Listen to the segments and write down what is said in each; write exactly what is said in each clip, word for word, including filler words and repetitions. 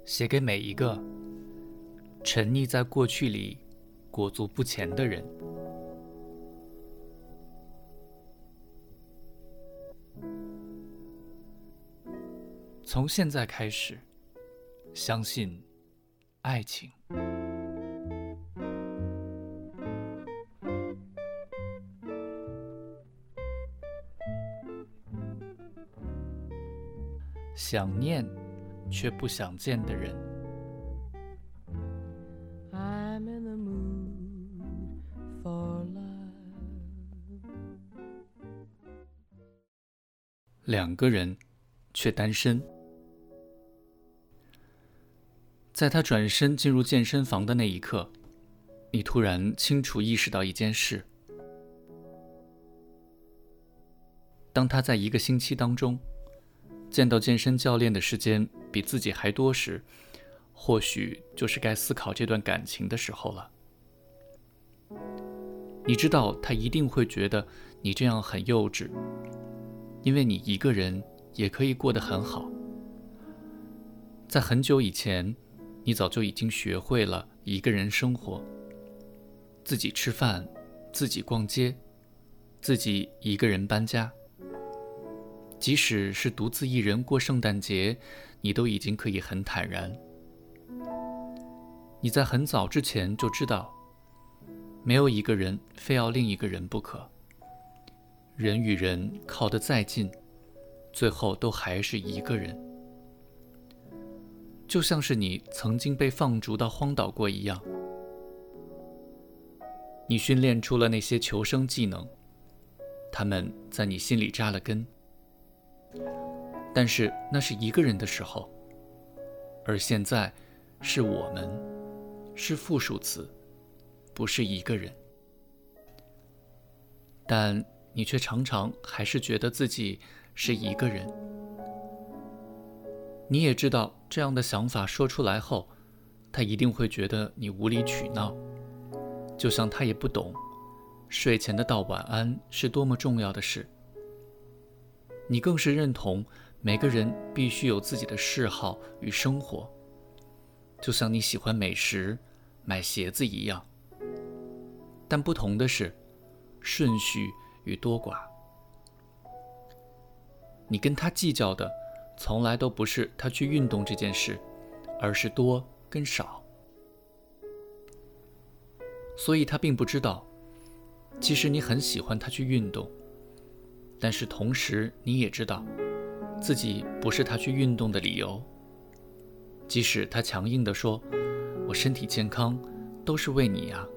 写给每一个沉溺在过去里裹足不前的人。从现在开始，相信爱情。想念却不想见的人。 I'm in the mood for love. 两个人却单身。在他转身进入健身房的那一刻，你突然清楚意识到一件事：当他在一个星期当中见到健身教练的时间比自己还多时，或许就是该思考这段感情的时候了。你知道他一定会觉得你这样很幼稚，因为你一个人也可以过得很好。在很久以前，你早就已经学会了一个人生活，自己吃饭，自己逛街，自己一个人搬家。即使是独自一人过圣诞节，你都已经可以很坦然。你在很早之前就知道，没有一个人非要另一个人不可。人与人靠得再近，最后都还是一个人。就像是你曾经被放逐到荒岛过一样，你训练出了那些求生技能，他们在你心里扎了根。但是那是一个人的时候，而现在是我们，是复数词，不是一个人。但你却常常还是觉得自己是一个人。你也知道这样的想法说出来后，他一定会觉得你无理取闹，就像他也不懂睡前的道晚安是多么重要的事。你更是认同每个人必须有自己的嗜好与生活，就像你喜欢美食、买鞋子一样。但不同的是，顺序与多寡。你跟他计较的，从来都不是他去运动这件事，而是多跟少。所以他并不知道，其实你很喜欢他去运动，但是同时你也知道，自己不是他去运动的理由。即使他强硬地说，我身体健康都是为你啊。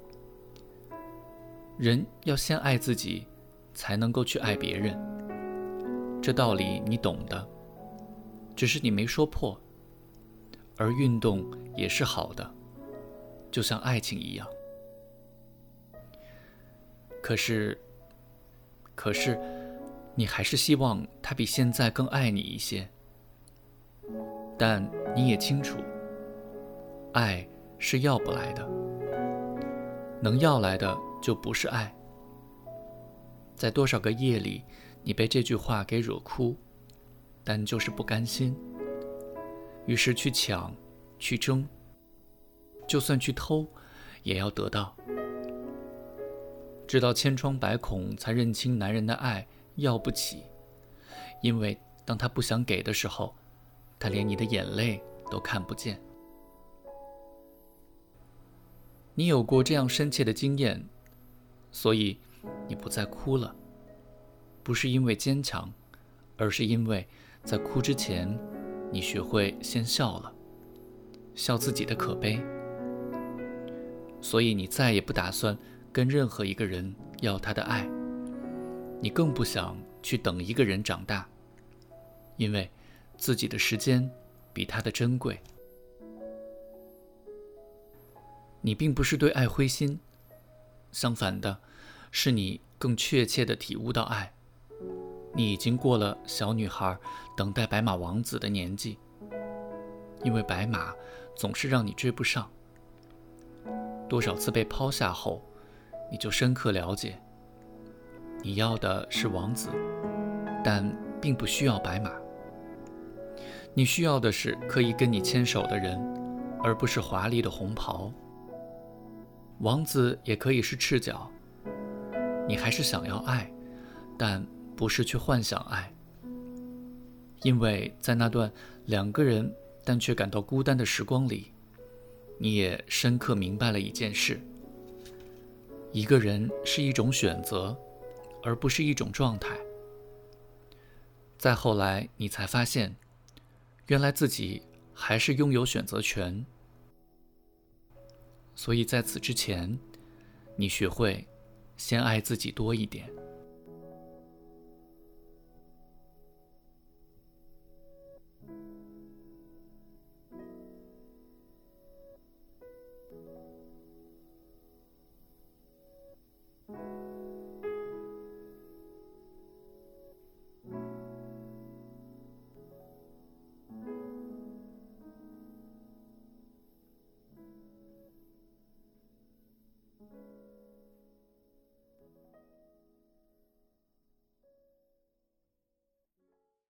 人要先爱自己，才能够去爱别人，这道理你懂的，只是你没说破。而运动也是好的，就像爱情一样。可是可是你还是希望他比现在更爱你一些。但你也清楚，爱是要不来的，能要来的就不是爱。在多少个夜里，你被这句话给惹哭，但就是不甘心，于是去抢，去争，就算去偷，也要得到。直到千疮百孔，才认清男人的爱要不起，因为当他不想给的时候，他连你的眼泪都看不见。你有过这样深切的经验，所以你不再哭了，不是因为坚强，而是因为在哭之前，你学会先笑了，笑自己的可悲。所以你再也不打算跟任何一个人要他的爱，你更不想去等一个人长大，因为自己的时间比他的珍贵。你并不是对爱灰心，相反的，是你更确切地体悟到爱。你已经过了小女孩等待白马王子的年纪，因为白马总是让你追不上。多少次被抛下后，你就深刻了解，你要的是王子，但并不需要白马。 你需要的是可以跟你牵手的人，而不是华丽的红袍。王子也可以是赤脚。你还是想要爱，但不是去幻想爱。因为在那段两个人但却感到孤单的时光里，你也深刻明白了一件事：一个人是一种选择，而不是一种状态。再后来，你才发现，原来自己还是拥有选择权。所以在此之前，你学会先爱自己多一点。